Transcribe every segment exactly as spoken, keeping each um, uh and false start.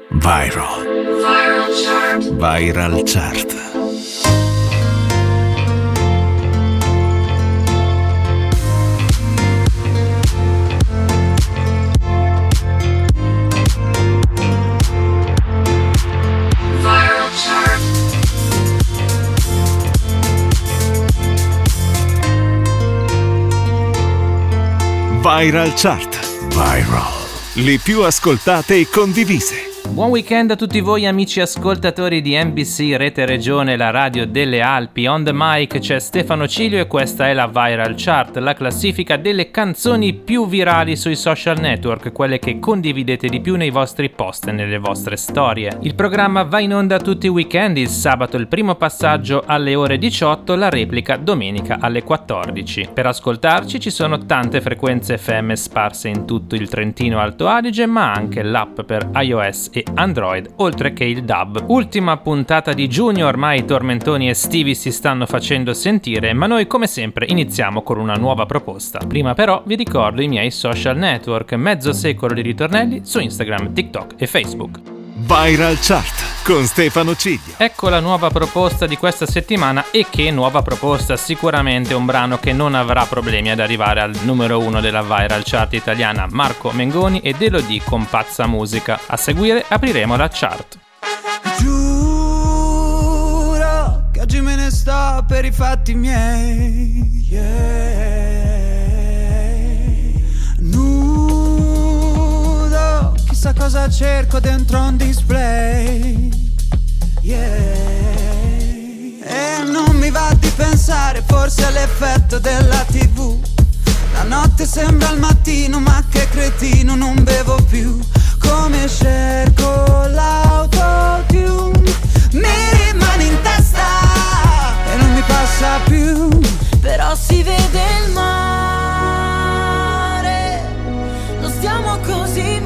Viral. Viral Chart. Viral Chart. Viral Chart. Viral. Le più ascoltate e condivise. Buon weekend a tutti voi amici ascoltatori di N B C Rete Regione, la radio delle Alpi. On the mic c'è Stefano Cilio e questa è la Viral Chart, la classifica delle canzoni più virali sui social network, quelle che condividete di più nei vostri post e nelle vostre storie. Il programma va in onda tutti i weekend, il sabato il primo passaggio alle ore diciotto, la replica domenica alle quattordici. Per ascoltarci ci sono tante frequenze F M sparse in tutto il Trentino Alto Adige, ma anche l'app per iOS e Android, oltre che il D A B. Ultima puntata di giugno, ormai i tormentoni estivi si stanno facendo sentire, ma noi come sempre iniziamo con una nuova proposta. Prima però vi ricordo i miei social network, mezzo secolo di ritornelli su Instagram, TikTok e Facebook. Viral Chart con Stefano Ciglio. Ecco la nuova proposta di questa settimana, e che nuova proposta, sicuramente un brano che non avrà problemi ad arrivare al numero uno della Viral Chart italiana, Marco Mengoni ed Elodie con Pazza Musica. A seguire apriremo la chart. Giuro che oggi me ne sto per i fatti miei, yeah. Nudo, chissà cosa cerco dentro un display, yeah. E non mi va di pensare, forse è l'effetto della tivù. La notte sembra il mattino, ma che cretino, non bevo più. Come cerco l'autotune, mi rimane in testa e non mi passa più. Però si vede il mare, non stiamo così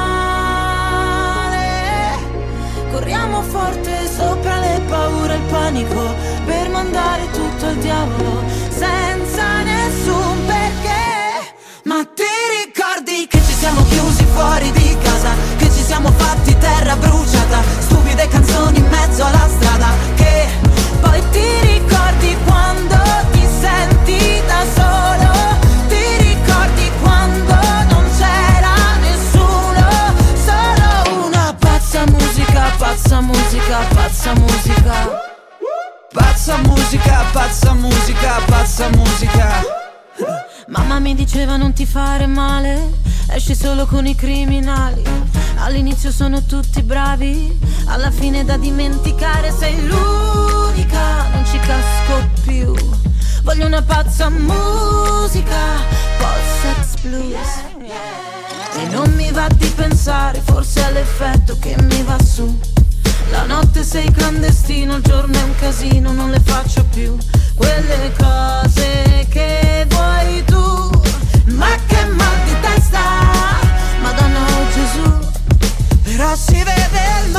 male. Corriamo forte sopra le paure e il panico, per mandare tutto al diavolo senza nessun perché. Ma ti ricordi che ci siamo chiusi fuori di casa, che ci siamo fatti terra bruciata, stupide canzoni in mezzo alla strada, che poi ti ricordi quando ti senti da solo, ti ricordi quando non c'era nessuno, solo una pazza musica, pazza musica, pazza musica. Pazza musica, pazza musica, pazza musica. Mamma mi diceva non ti fare male, esci solo con i criminali. All'inizio sono tutti bravi, alla fine da dimenticare sei l'unica, non ci casco più. Voglio una pazza musica, post-sex blues. E non mi va di pensare, forse è l'effetto che mi va su. La notte sei clandestino, il giorno è un casino, non le faccio più quelle cose che vuoi tu. Ma che mal di testa, Madonna o Gesù. Però si vede il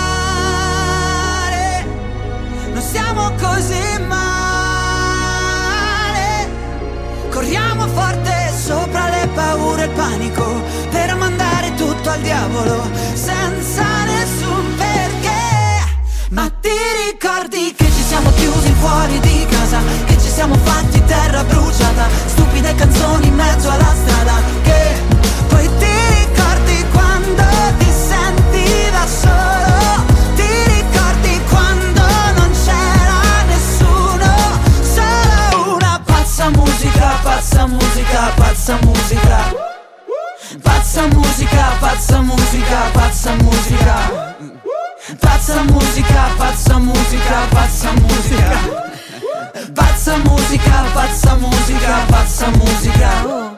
mare, non siamo così male. Corriamo forte sopra le paure e il panico, per mandare tutto al diavolo senza nessun perché. Ma ti ricordi che ci siamo chiusi fuori di casa, che ci siamo fatti terra bruciata, stupide canzoni in mezzo alla strada, che poi ti ricordi quando ti senti da solo, ti ricordi quando non c'era nessuno, solo una pazza musica, pazza musica, pazza musica. Pazza musica, pazza musica, pazza musica. Pazza musica, pazza musica, pazza musica. Pazza musica, pazza musica, pazza musica.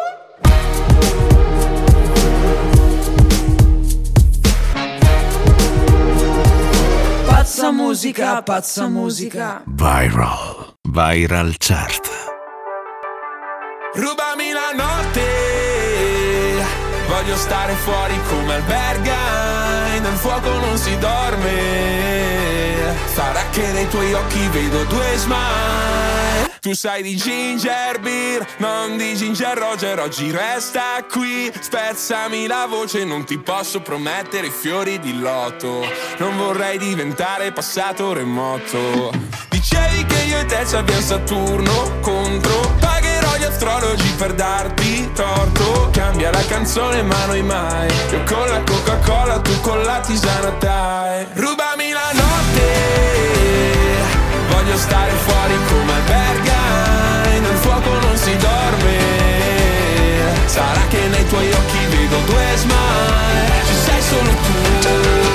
Pazza musica, pazza musica. Viral. Viral Chart. Rubami la notte, voglio stare fuori come albergai, nel fuoco non si dorme, sarà che nei tuoi occhi vedo due smile. Tu sai di ginger beer, non di ginger Roger. Oggi resta qui, spezzami la voce. Non ti posso promettere fiori di loto, non vorrei diventare passato remoto. Dicevi che io e te ci abbiamo Saturno contro. Pagherò gli astrologi per darti torto. Cambia la canzone ma noi mai. Io con la Coca-Cola, tu con la tisana, dai. Rubami la notte, voglio stare fuori come Berghain. Nel fuoco non si dorme. Sarà che nei tuoi occhi vedo due smile. Ci sei solo tu.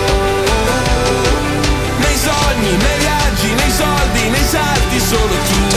Nei sogni, nei viaggi, nei soldi, nei salti, solo tu.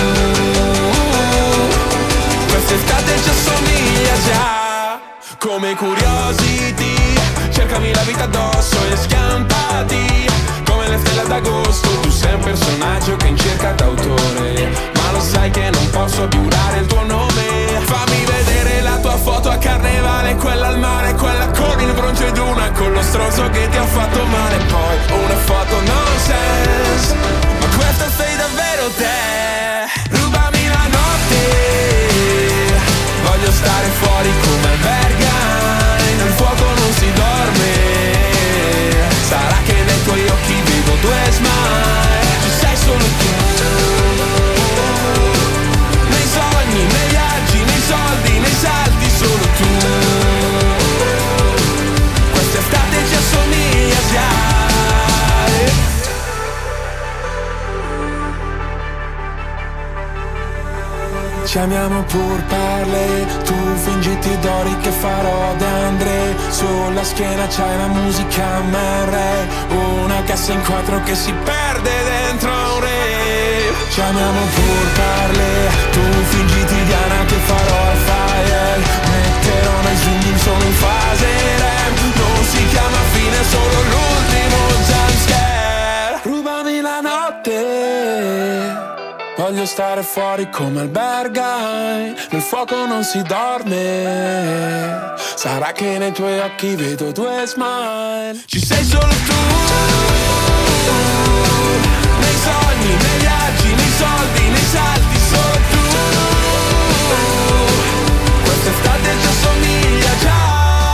Quest'estate ci assomiglia già. Come Curiosity, cercami la vita addosso e schiampati. Come le stelle d'agosto, tu sei un personaggio che è in cerca d'autore. Ma lo sai che non posso giurare il tuo nome. Fammi vedere la tua foto a carnevale, quella al mare, quella con il bronzo ed una con lo stronzo che ti ha fatto male. Poi una foto nonsense, ma questa sei davvero te. Rubami la notte, voglio stare fuori come Berghain. Nel fuoco non si dorme. Sarà che nei tuoi occhi vedo due smile. Ci sei solo tu. Nei sogni, nei viaggi, nei soldi, nei salti, solo tu. Quest'estate ci assomiglia già. Ci amiamo pur parle, tu fingiti Dori che farò d'Andre. Sulla schiena c'hai la musica M R, una cassa in quattro che si perde dentro un rave. Ci amiamo pur parle, tu fingiti Diana che farò al fire. Metterò nei swing solo in fase rem, non si chiama fine, solo l'ultimo jumpscare. Rubami la notte, voglio stare fuori come al Berghain. Nel fuoco non si dorme. Sarà che nei tuoi occhi vedo due smile. Ci sei solo tu. Nei sogni, nei viaggi, nei soldi, nei salti, solo tu. Quest'estate ci assomiglia già.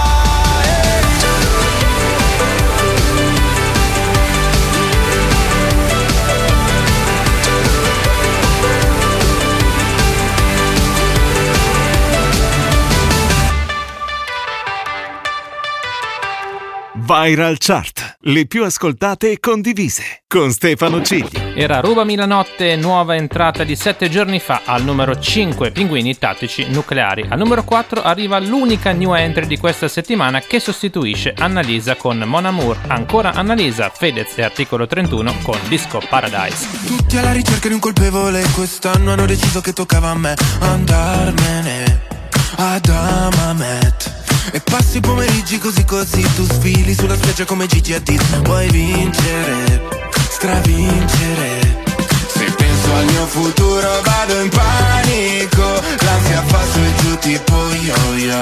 Viral Chart, le più ascoltate e condivise, con Stefano Cigli. Era Rubami la notte, nuova entrata di sette giorni fa al numero cinque, Pinguini Tattici Nucleari. Al numero quattro arriva l'unica new entry di questa settimana che sostituisce Annalisa con Mon Amour. Ancora Annalisa, Fedez e Articolo trentuno con Disco Paradise. Tutti alla ricerca di un colpevole, quest'anno hanno deciso che toccava a me andarmene ad Amamet. E passi i pomeriggi così così, tu sfili sulla spiaggia come Gigi Hadid. Vuoi vincere, stravincere. Se penso al mio futuro vado in panico, l'ansia fa su e giù tipo yo-yo.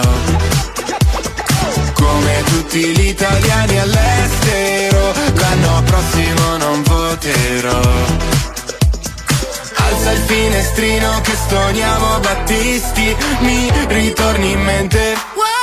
Come tutti gli italiani all'estero, l'anno prossimo non voterò. Alza il finestrino che stoniamo Battisti, mi ritorni in mente.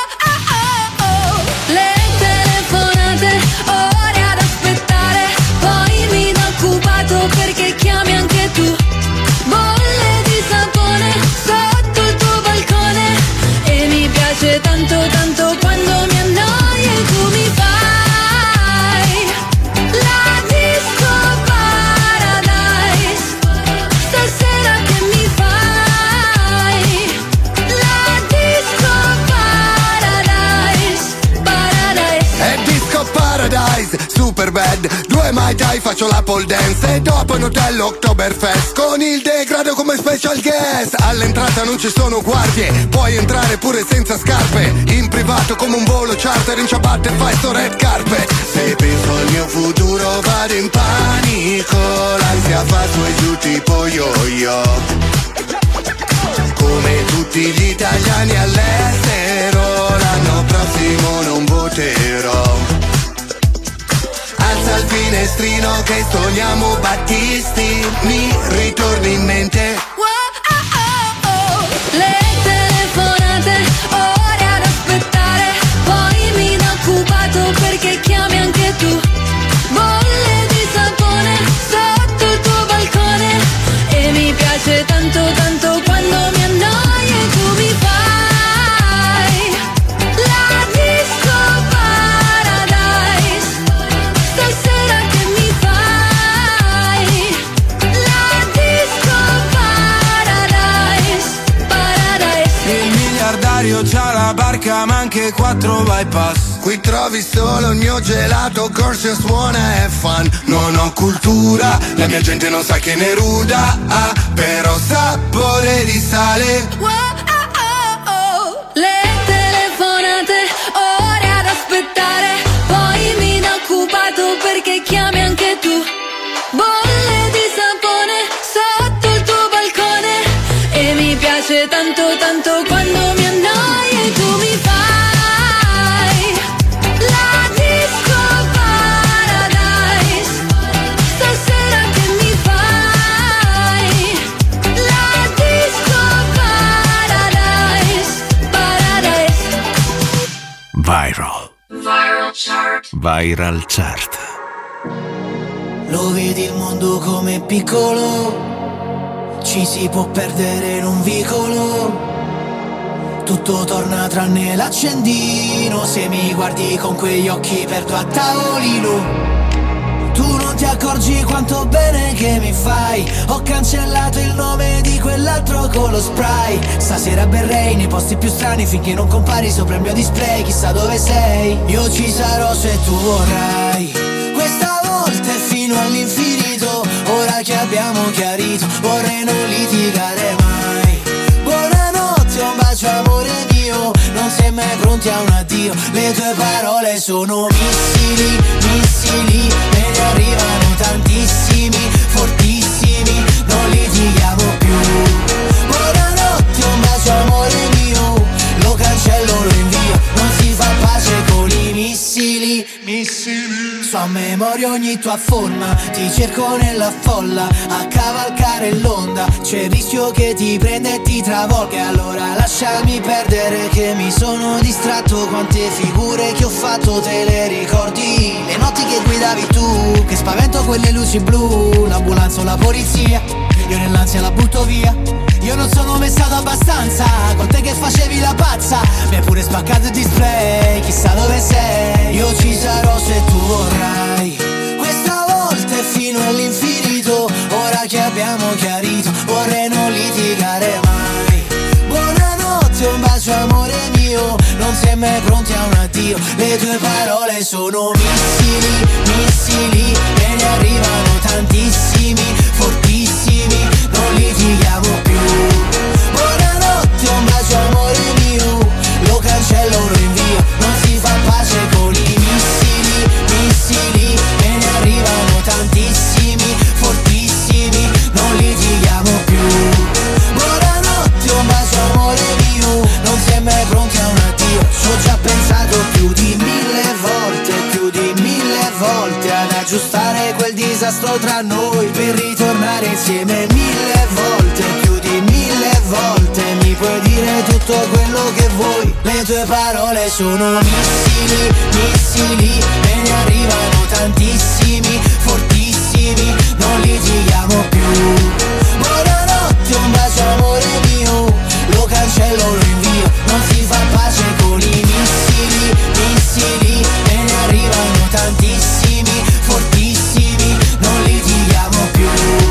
Le telefonate, ore ad aspettare, poi mi do occupato perché chiami anche tu. Bolle di sapone sotto il tuo balcone, e mi piace tanto tanto quando mi annoi e tu mi fai la disco paradise. Stasera che mi fai la disco paradise. È Disco Paradise, super bad. Due Mai Tai, faccio la pole dance. E dopo in hotel Oktoberfest con il degrado come special guest. All'entrata non ci sono guardie, puoi entrare pure senza scarpe. In privato come un volo charter, in ciabatte fai sto red carpet. Se penso al mio futuro vado in panico, l'ansia fa su e giù tipo yo-yo. Come tutti gli italiani all'estero, l'anno prossimo non voterò. Alza il finestrino che stoniamo Battisti, mi ritorni in mente. occupato perché chiami anche tu. Bolle di sapone sotto il tuo balcone. E mi piace tanto tanto quando mi annoi e tu mi fai la disco paradise. Stasera che mi fai la disco paradise. Paradise. Il miliardario c'ha la barca ma anche quattro bypass. Qui trovi solo il mio gelato, corso suona e fan. Non ho cultura, la mia gente non sa che ne ruda, ah, però sapore di sale. Wow, oh, oh, oh. Le telefonate, ore ad aspettare. Poi mi dà occupato perché chiami anche tu. Bolle di sapone sotto il tuo balcone. E mi piace tanto tanto quando mi annoi e tu mi fai la disco paradise. Stasera che mi fai la disco paradise. Paradise. Viral. Viral chart. Viral chart. Lo vedi il mondo come piccolo, ci si può perdere in un vicolo. Tutto torna tranne l'accendino, se mi guardi con quegli occhi perdo a tavolino. Tu non ti accorgi quanto bene che mi fai. Ho cancellato il nome di quell'altro con lo spray. Stasera berrei nei posti più strani finché non compari sopra il mio display. Chissà dove sei, io ci sarò se tu vorrai. Questa volta è fino all'infinito, ora che abbiamo chiarito, vorrei non litigare mai. Buonanotte, un bacio amore mio, non sei mai pronti a un addio. Le tue parole sono missili, missili, me ne arrivano tantissimi, fortissimi, non litighiamo più. Buonanotte, un bacio amore mio, lo cancello, lo invio, non si fa pace con i missili, missili. So a memoria ogni tua forma, ti cerco nella folla, a cavalcare l'onda, c'è il rischio che ti prenda e ti travolga. Allora lasciami perdere che mi sono distratto, quante figure che ho fatto te le ricordi? Le notti che guidavi tu, che spavento quelle luci blu, l'ambulanza o la polizia, io nell'ansia la butto via. Io non sono mai stato abbastanza, con te che facevi la pazza, mi hai pure spaccato il display, chissà dove sei. Io ci sarò se tu vorrai. Questa volta è fino all'infinito, ora che abbiamo chiarito, vorrei non litigare mai. Buonanotte, un bacio amore mio, non sei mai pronti a un addio. Le tue parole sono missili, missili, me ne arrivano tantissimi, fortissimi, non litighiamo più. Buonanotte, un bacio amore mio, lo cancello, lo invio, non si fa pace con i missili, missili, me ne arrivano tantissimi, fortissimi, non litighiamo più. Buonanotte, un bacio amore mio, non si è mai pronti a un addio. Ci ho già pensato più di mille volte, più di mille volte, ad aggiustare quel disastro tra noi, per ritornare insieme mille volte, più di mille volte. Mi puoi dire tutto quello che vuoi, le tue parole sono missili, missili, me ne arrivano tantissimi, fortissimi, non litighiamo più. Buonanotte, un bacio amore mio, lo cancello, lo invio, non si fa pace con i missili, missili, me ne arrivano tantissimi, fortissimi, non litighiamo più.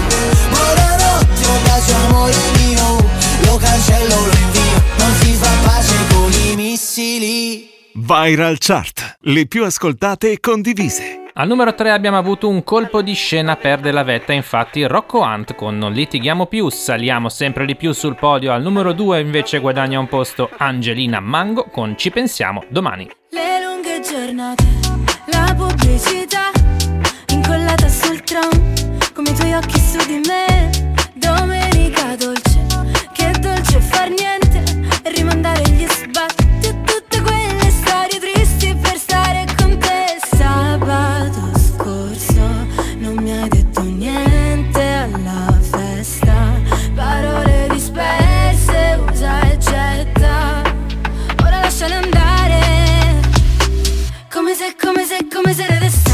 Buonanotte, un bacio amore mio, lo cancello, lo invio, non si fa pace con i missili. Viral Chart, le più ascoltate e condivise. Al numero tre abbiamo avuto un colpo di scena, perde la vetta infatti Rocco Hunt con Non litighiamo più. Saliamo sempre di più sul podio, al numero due invece guadagna un posto Angelina Mango con Ci pensiamo domani. Le lunghe giornate, la pubblicità incollata sul tram, come i tuoi occhi su di me. Domenica dolce, che dolce far niente e rimandare gli sbatti e tutte quelle storie tristi per stare con te. Sabato scorso non mi hai detto niente alla festa, parole disperse, usa e getta. Ora lasciale andare, come se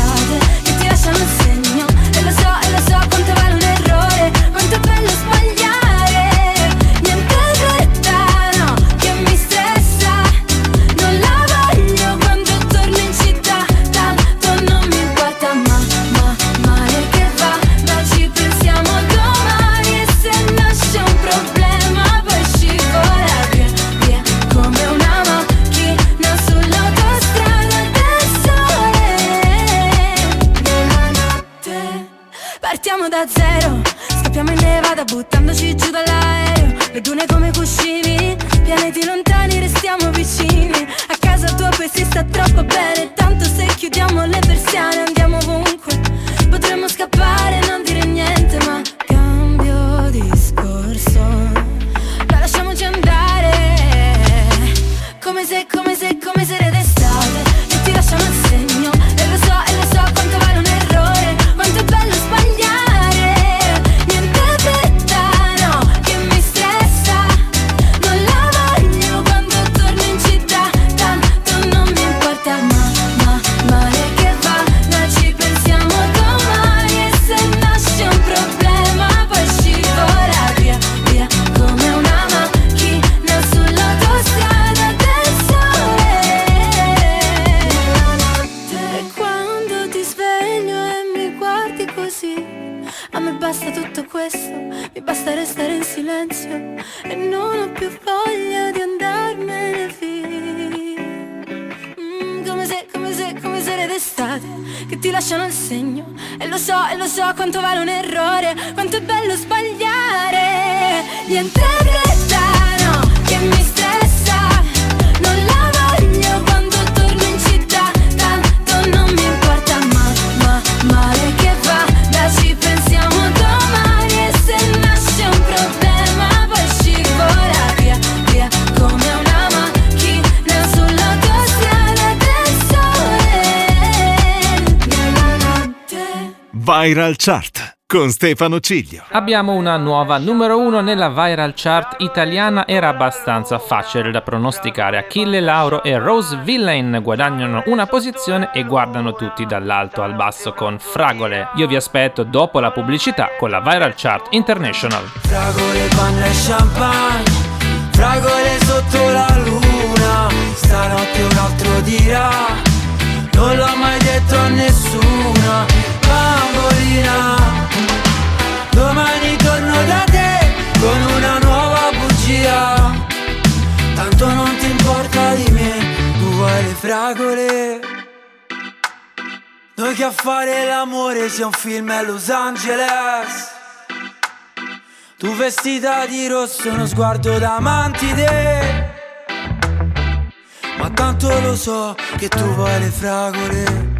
d'estate che ti lasciano il segno. E lo so, e lo so quanto vale un errore, quanto è bello sbagliare. Niente fretta, no, che mi stressa. Non la voglio quando torno in città, tanto non mi importa. Ma, ma, male che va, ma ci pensiamo domani. E se nasce un problema poi scivola via, via come una macchina sull'autostrada del sole della notte. Partiamo da zero, scappiamo in Nevada buttandoci giù dall'aereo. Le dune come cuscini, pianeti lontani restiamo vicini. A casa tua poi si sta troppo bene, tanto se chiudiamo le persiane andiamo ovunque. Potremmo scappare e non dire niente, ma cambio discorso, la lasciamoci andare. Come se, come se, come se era d'estate che ti lasciano il segno. E lo so, e lo so quanto vale un errore, quanto è bello sbagliare. Niente fretta, no, che mi stressa. Non la voglio quando torno in città, tanto non mi importa. Ma, ma, male che va, ma ci pensiamo domani. E se nasce un problema poi scivola via, via come una macchina sull'autostrada del sole della notte. E quando ti sveglio e mi guardi così, a me basta tutto questo, mi basta restare in silenzio e non ho più voglia di andarmene via. Mm, come se, come se, come se era d'estate che ti lasciano il segno. E lo so, e lo so quanto vale un errore, quanto è bello sbagliare. Niente fretta, no, che mi stressa. Non la voglio quando torno in città, tanto non mi importa. Ma, ma, male che va, da ci pensiamo domani. E se nasce un problema poi scivola via, via come una macchina sull'autostrada del sole della notte. Viral Chart con Stefano Ciglio. Abbiamo una nuova numero uno nella viral chart italiana. Era abbastanza facile da pronosticare. Achille Lauro e Rose Villain guadagnano una posizione e guardano tutti dall'alto al basso con Fragole. Io vi aspetto dopo la pubblicità con la viral chart international. Fragole, panna e champagne, fragole sotto la luna. Stanotte un altro dirà, non l'ho mai detto a nessuna. Bambolina, domani torno da te con una nuova bugia. Tanto non ti importa di me, tu vuoi le fragole. Noi che a fare l'amore sia un film a Los Angeles. Tu vestita di rosso, uno sguardo da mantide. Ma tanto lo so che tu vuoi le fragole.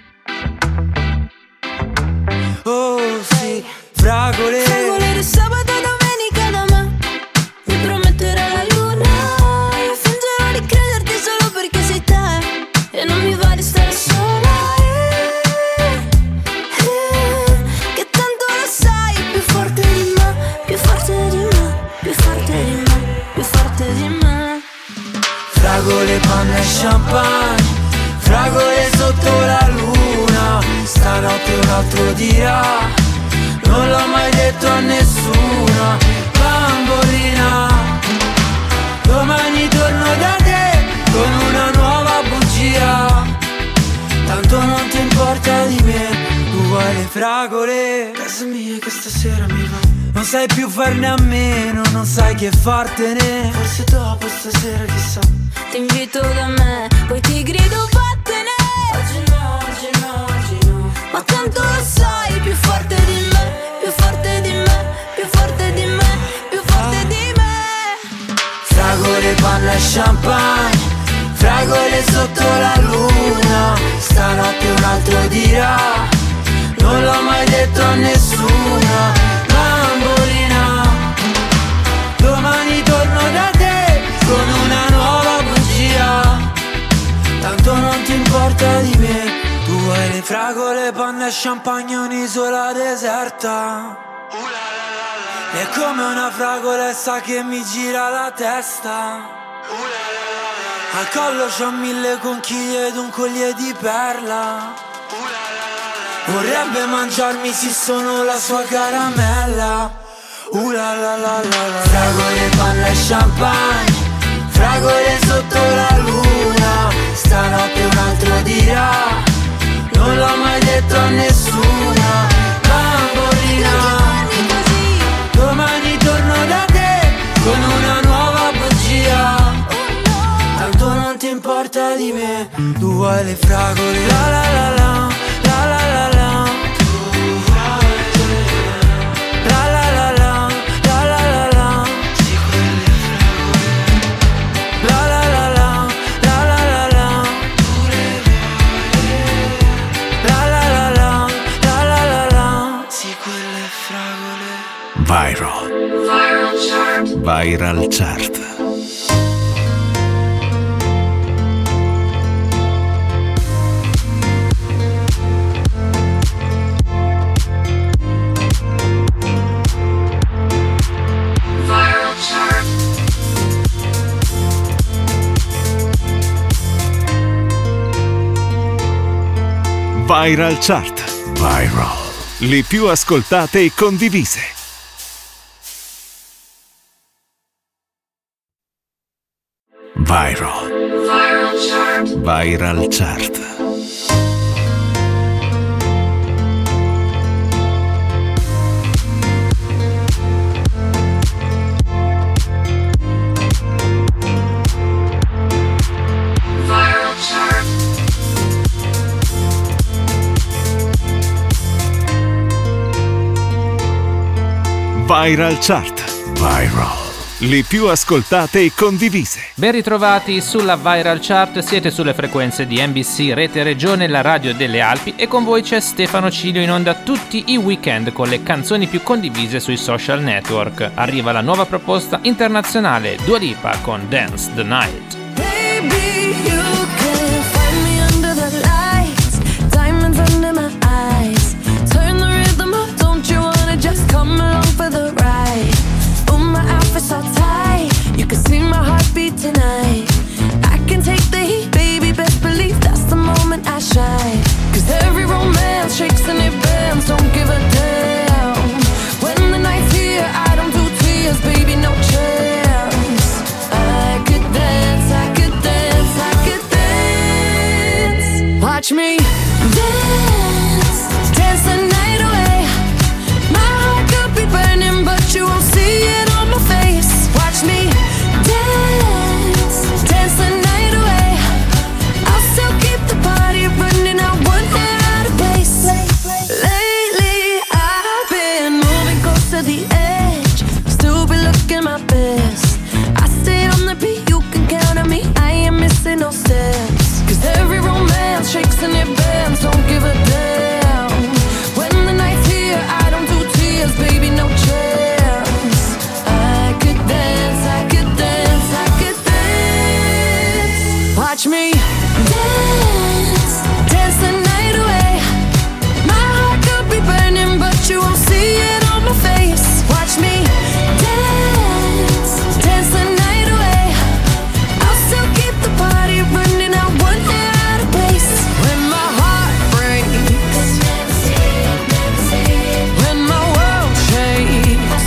Oh sì, fragole. Fragole di sabato e domenica da me, mi prometterò la luna. Io fingerò di crederti solo perché sei te e non mi va di stare sola. Eh, eh, che tanto lo sai, più forte di me, più forte di me, più forte di me, più forte di me. Fragole, panna e champagne, fragole sotto la luna. Stanotte un altro dirà, non l'ho mai detto a nessuna. Bambolina, domani torno da te con una nuova bugia. Tanto non ti importa di me, tu vuoi le fragole. Casa mia che stasera mi va, non sai più farne a meno, non sai che fartene. Forse dopo stasera chissà, Ti invito da me, poi ti grido vattene. oggi no, oggi no, oggi no. Ma tanto lo sai, più forte di me, più forte di me, più forte di me, più forte di me. Fragole, panna e champagne, fragole sotto la luna. Stanotte un altro dirà, non l'ho mai detto a nessuna. Bambolina, domani torno da te con una nuova bugia. Tanto non ti importa di me, tu vuoi le fragole, panna e champagne, un'isola deserta. È come una fragolessa che mi gira la testa. Al collo c'ho mille conchiglie ed un collier di perla. Vorrebbe mangiarmi, sì sono la sua caramella. Uh la la la la la. Fragole, panna e champagne, fragole sotto la luna. Stanotte un altro dirà, non l'ho mai detto a nessuna. Bambolina, domani torno da te con una nuova bugia. Tanto non ti importa di me, tu vuoi le fragole. La la la la, la la la la. Viral. Viral Chart. Viral Chart. Viral Chart. Viral Chart. Viral. Le più ascoltate e condivise. Viral. Viral Chart. Viral Chart. Viral Chart. Viral Chart. Viral. Le più ascoltate e condivise. Ben ritrovati sulla Viral Chart, siete sulle frequenze di N B C Rete Regione, la radio delle Alpi, e con voi c'è Stefano Cilio in onda tutti i weekend con le canzoni più condivise sui social network. Arriva la nuova proposta internazionale, Dua Lipa con Dance the Night. Baby, you can find me under the lights, diamonds under my eyes. Turn the rhythm up, don't you wanna just come along for the ride? Oh, my outfit's all tight, you can see my heartbeat tonight. I can take the heat, baby, best believe that's the moment I shine. Cause every romance shakes and it bends, don't give a damn. When the night's here, I don't do tears, baby, no chance. I could dance, I could dance, I could dance. Watch me dance, dance the night away. My heart could be burning, but you won't see it on my face. Watch me dance, dance the night away. I'll still keep the party running, I won't get out of place. Lately I've been moving close to the edge, still be looking my best. I stay on the beat, you can count on me, I ain't missing no steps. Cause every romance shakes and it bends, don't give a damn. When the night's here, I don't do tears, baby, no chance. I could dance, I could dance, I could dance. Watch me dance, dance the night away. My heart could be burning, but you won't see it on my face. Watch me dance, dance the night away. I'll still keep the party running, I won't get out of place. When my heart breaks, when my world shakes,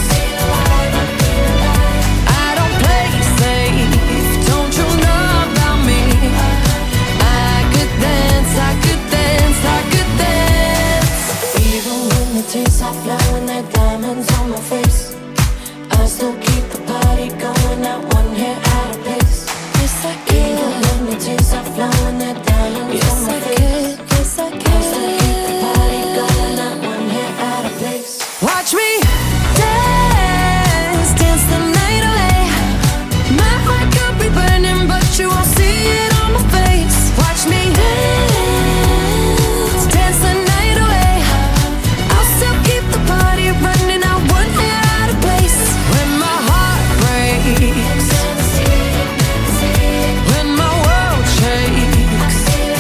I don't play safe, don't you know about me? I could dance, I could dance, I could dance. Even when the tears are flowing, there diamonds on my face, I still keep the party going, not one hair out of place. Yes, I can. Even when the tears are flowing, there diamonds yes, on my I face. Can. Yes, I can. I still keep the party going, not one hair out of place. Watch me dance, dance the night away. My heart could be burning, but you won't see it on my face. Watch me dance, dance the night away. I'll still keep the party running, I won't get out of place. When my heart breaks, when my world shakes,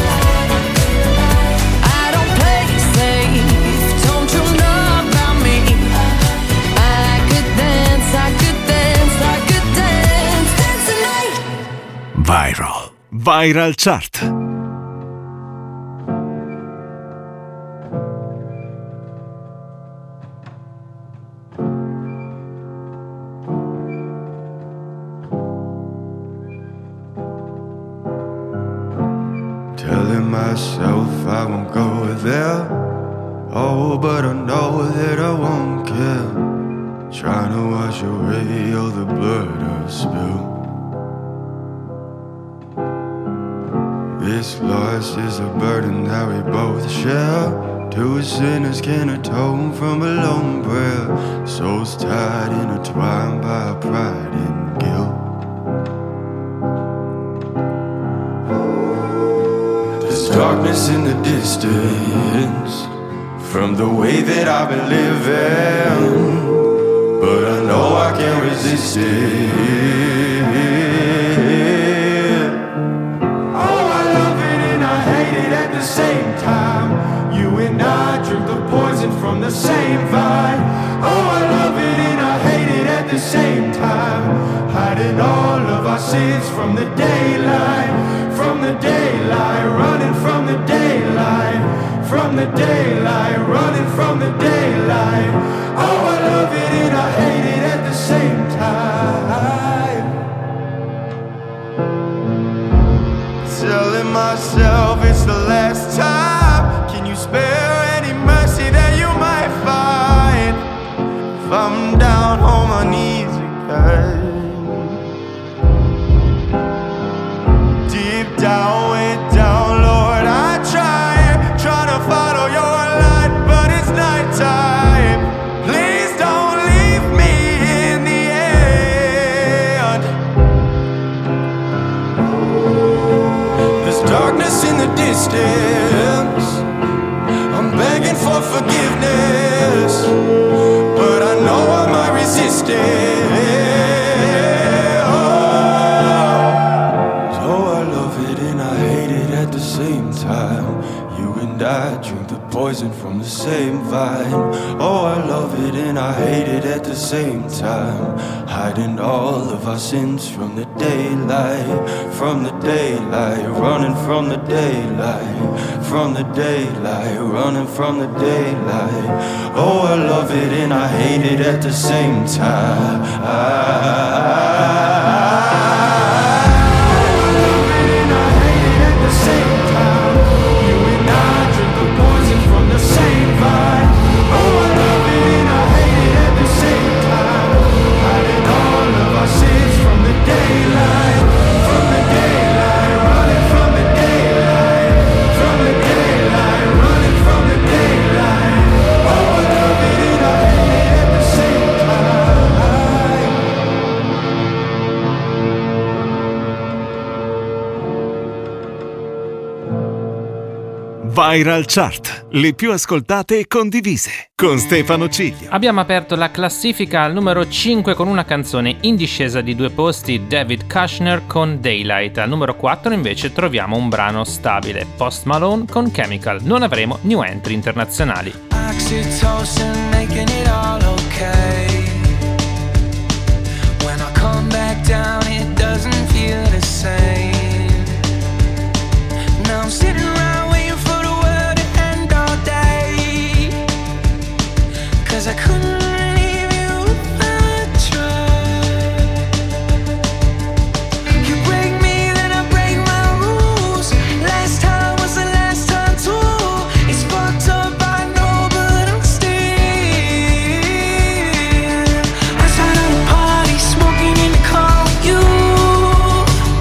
I don't play safe, don't you know about me? I could dance, I could dance, I could dance, dance the night. Viral. Viral Chart. if I won't go there. Oh, but I know that I won't care. Trying to wash away all the blood I've spilled. This loss is a burden that we both share. Two sinners can atone from a lone prayer. Souls tied, intertwined by pride and guilt. There's darkness in the distance from the way that I've been living, but I know I can't resist it. Oh, I love it and I hate it at the same time. You and I drink the poison from the same vine. Oh, I love it and I hate it at the same time. Hiding all of our sins from the daylight, from the daylight, running from the daylight, from the daylight, running from the daylight. Oh, I love it and I hate it at the same time. Telling myself it's the last time. Can you spare any mercy that you might find if I'm down on my knees again? Deep down, way down, Lord, I try, try to follow your light, but it's nighttime. Please don't leave me in the end. There's darkness in the distance. I'm begging for forgiveness, but I know I might resist it. Same time, you and I drink the poison from the same vine. Oh, I love it and I hate it at the same time. Hiding all of our sins from the daylight, from the daylight, running from the daylight, from the daylight, running from the daylight. Oh, I love it and I hate it at the same time. I Viral Chart, le più ascoltate e condivise, con Stefano Ciglio. Abbiamo aperto la classifica al numero cinque con una canzone in discesa di due posti, David Kushner con Daylight. Al numero quattro invece troviamo un brano stabile, Post Malone con Chemical. Non avremo new entry internazionali. Oxytocin making it all okay. When I come back down it doesn't feel the same. Now I'm sitting around waiting for the world to end all day, 'cause I couldn't leave you if I tried. You break me then I break my rules. Last time was the last time too. It's fucked up I know but I'm still outside of the party smoking in the car with you.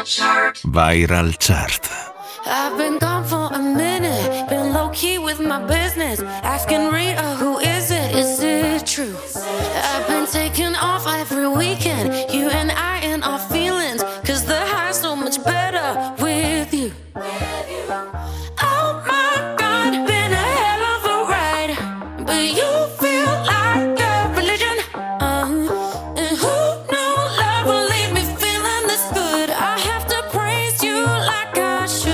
Chart. Viral Chart. I've been gone for a minute, been low key with my business, asking Rita, who is it? Is it true? I've been taking off every weekend, you and I in our feelings, cause the high's so much better with you. Oh my God, been a hell of a ride, but you feel like a religion. Uh-huh. And who knew love would leave me feeling this good? I have to praise you like I should.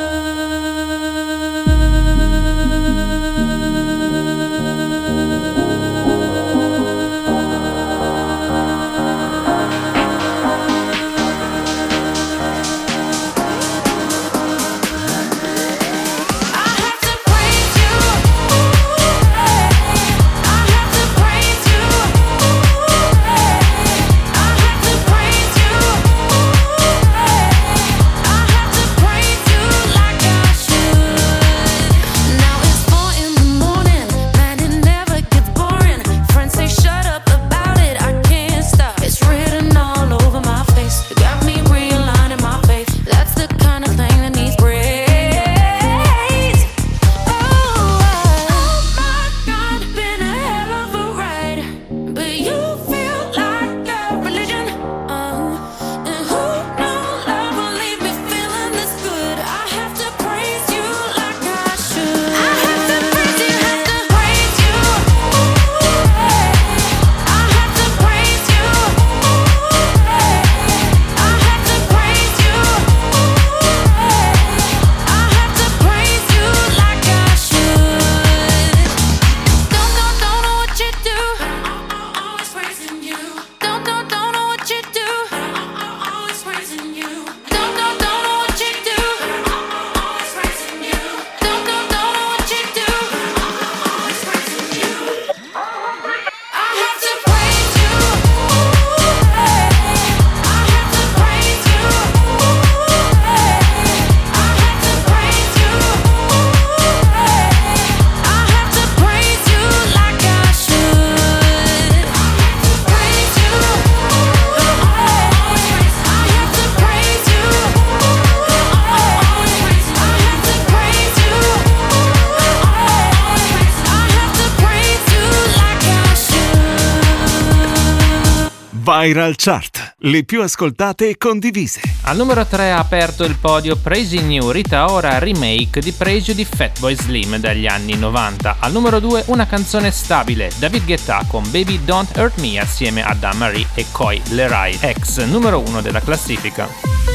Viral Chart, le più ascoltate e condivise. Al numero tre ha aperto il podio Praising You, Rita Ora remake di Praise You di Fatboy Slim dagli anni novanta. Al numero due una canzone stabile, David Guetta con Baby Don't Hurt Me assieme a Damarie e Coi Leray, ex numero uno della classifica.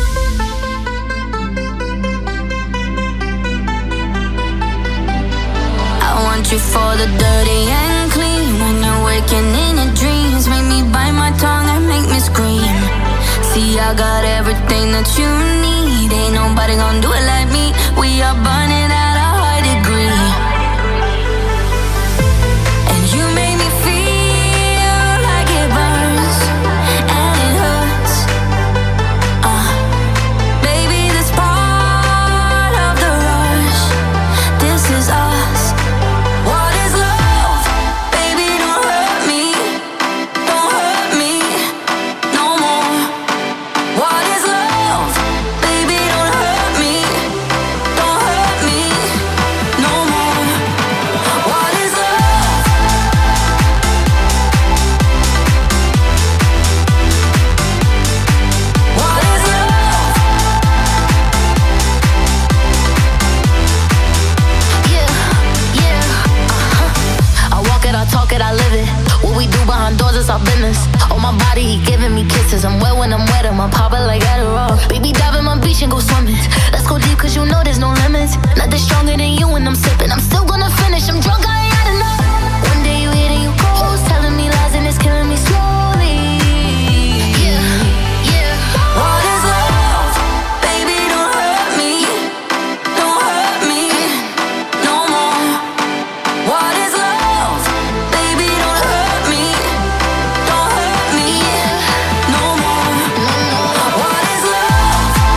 I want you for the dirty and clean. When you're waking in your dreams, make me bite my tongue and make me scream. See, I got everything that you need. Ain't nobody gonna do it like me. We are burning at a high degree. And you make me feel like it burns and it hurts. Uh, baby, this part of the rush. This is us. What is love? Baby, don't hurt me. Don't hurt me no more. What is love? Baby, don't hurt me. Don't hurt me no more. What is love? What is love? Yeah, yeah, uh-huh. I walk it, I talk it, I live it. What we do behind doors is our business. On my body, he giving me kisses. I'm wet when I'm wet, I'm popping like Adderall. Baby, dive in my beach and go swimming. Let's go deep, cause you know there's no limits. Nothing stronger than you when I'm sipping. I'm still gonna finish, I'm drunk, I ain't had enough. One day you hit and you close, telling me lies and it's killing me slowly. Yeah, yeah. What is love? Baby, don't hurt me. Don't hurt me no more. What is love? Baby, don't hurt me. Don't hurt me no more. What is love?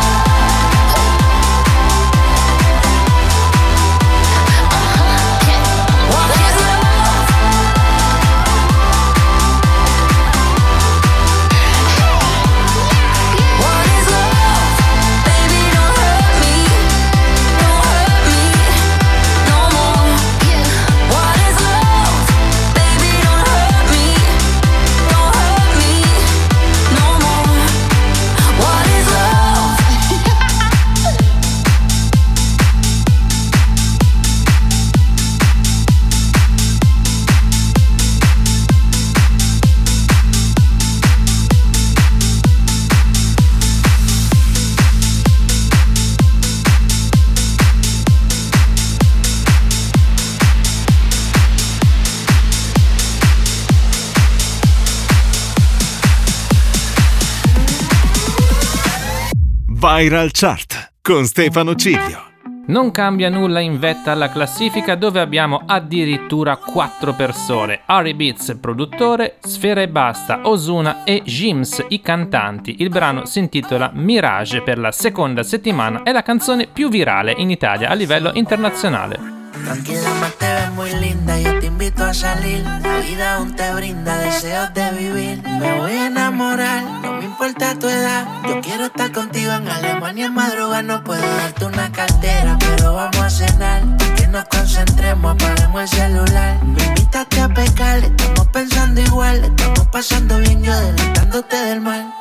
Viral Chart con Stefano Ciglio. Non cambia nulla in vetta alla classifica, dove abbiamo addirittura quattro persone: Ari Beats, produttore, Sfera Ebbasta, Ozuna e Jims, i cantanti. Il brano si intitola Mirage, per la seconda settimana è la canzone più virale in Italia a livello internazionale. Tranquila, más te ves muy linda, yo te invito a salir. La vida aún te brinda deseos de vivir. Me voy a enamorar, no me importa tu edad. Yo quiero estar contigo en Alemania en madrugada. No puedo darte una cartera, pero vamos a cenar. Que nos concentremos, apaguemos el celular. Me invitaste a pecar, estamos pensando igual. Estamos pasando bien, yo adelantándote del mal.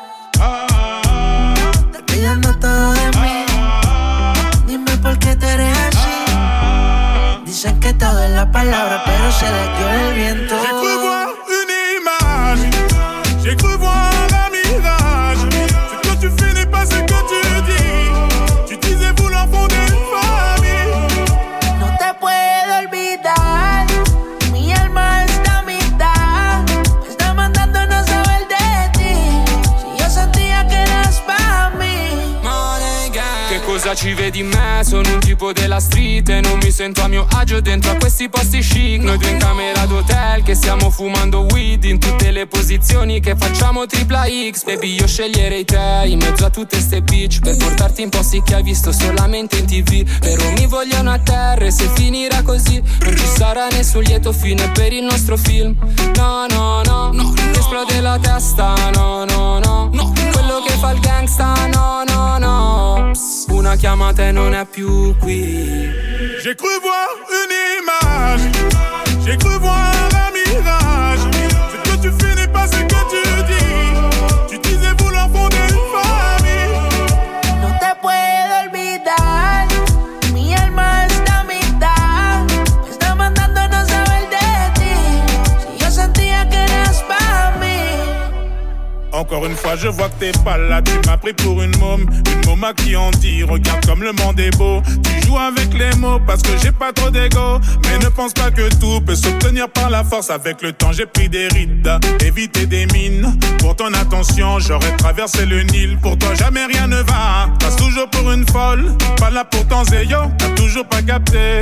Te olvidando todo de mí. Dime por qué te eres así. Dicen que todo es la palabra, pero se le dio el viento. J'ai cru voir une image, j'ai cru voir un mirage. Ce que tu fais n'est pas ce que tu dis. Tu disais vouloir fonder une famille. No te puedo olvidar, mi alma está a mitad. Me está mandando no saber de ti. Si yo sentía que eras para mí. Che cosa ci vedi in me? Sono un tipo della street e non mi sento a mio agio dentro a questi posti chic. Noi due in camera d'hotel che stiamo fumando weed in tutte le posizioni che facciamo tripla X. Baby, io sceglierei te in mezzo a tutte ste bitch per portarti in posti che hai visto solamente in tv. Però mi vogliono a terra e se finirà così non ci sarà nessun lieto fine per il nostro film. No, no, no, no, no. Esplode la testa, no, no, no, no. Quello che fa il gangsta, no, no, no. Psst, una chiamata e non è più qui. J'ai cru voir une image, j'ai cru voir un mirage. Ce que tu fais n'est pas ce que tu dis. Tu disais vouloir fonder une famille. No te puedo olvidar, mi alma está a mitad. Me está mandando no saber de ti. Si yo sentía que eras para mí. Encore une fois, je vois que t'es pas là. Tu m'as pris pour une môme, une môme à qui on dit regarde comme le monde est beau. Tu joues avec les mots parce que j'ai pas trop d'ego. Mais ne pense pas que tout peut s'obtenir par la force. Avec le temps, j'ai pris des rides, éviter des mines. Pour ton attention, j'aurais traversé le Nil. Pour toi, jamais rien ne va. Passe toujours pour une folle, pas là pour ton zéyo. T'as toujours pas capté.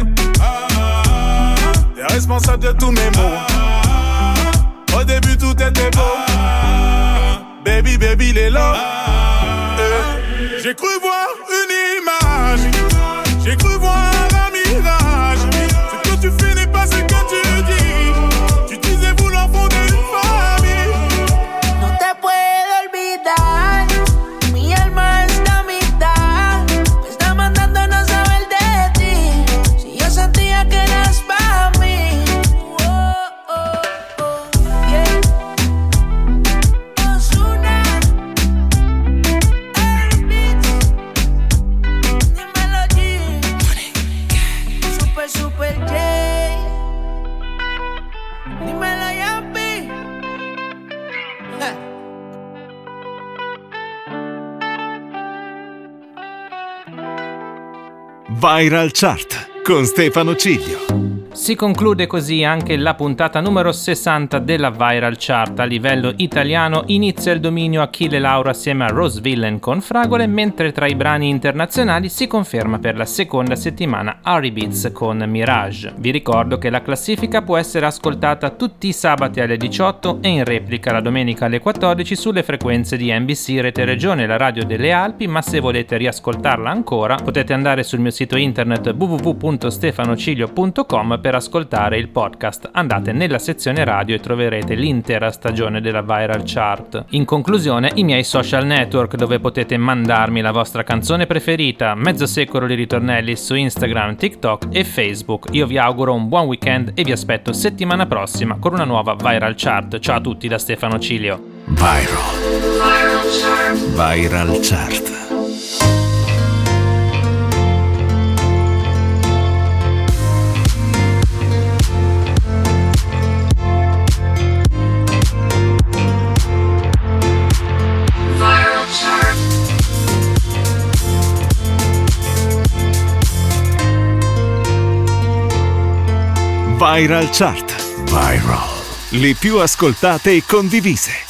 T'es responsable de tous mes mots. Au début, tout était beau. Baby, baby, les lots. Euh, j'ai cru voir une image, j'ai cru voir un mirage. Ce que tu fais n'est pas ce que tu dis. Tu disais vouloir fonder une famille. No te puedo olvidar, mi alma está a mitad. Me está mandando no saber de ti. Si yo sentía que eras para mí. Oh, oh, oh, yeah. Super J, dímelo Yampi. Viral Chart con Stefano Ciglio. Si conclude così anche la puntata numero sessanta della Viral Chart. A livello italiano inizia il dominio Achille Lauro assieme a Rose Villain con Fragole, mentre tra i brani internazionali si conferma per la seconda settimana Ari Beats con Mirage. Vi ricordo che la classifica può essere ascoltata tutti i sabati alle diciotto e in replica la domenica alle quattordici sulle frequenze di N B C Rete Regione, la radio delle Alpi, ma se volete riascoltarla ancora potete andare sul mio sito internet w w w punto stefanociglio punto com per ascoltare il podcast. Andate nella sezione radio e troverete l'intera stagione della Viral Chart. In conclusione, i miei social network dove potete mandarmi la vostra canzone preferita, mezzo secolo di ritornelli su Instagram, TikTok e Facebook. Io vi auguro un buon weekend e vi aspetto settimana prossima con una nuova Viral Chart. Ciao a tutti da Stefano Ciglio. Viral. Viral Chart. Viral Chart. Viral Chart. Viral. Le più ascoltate e condivise.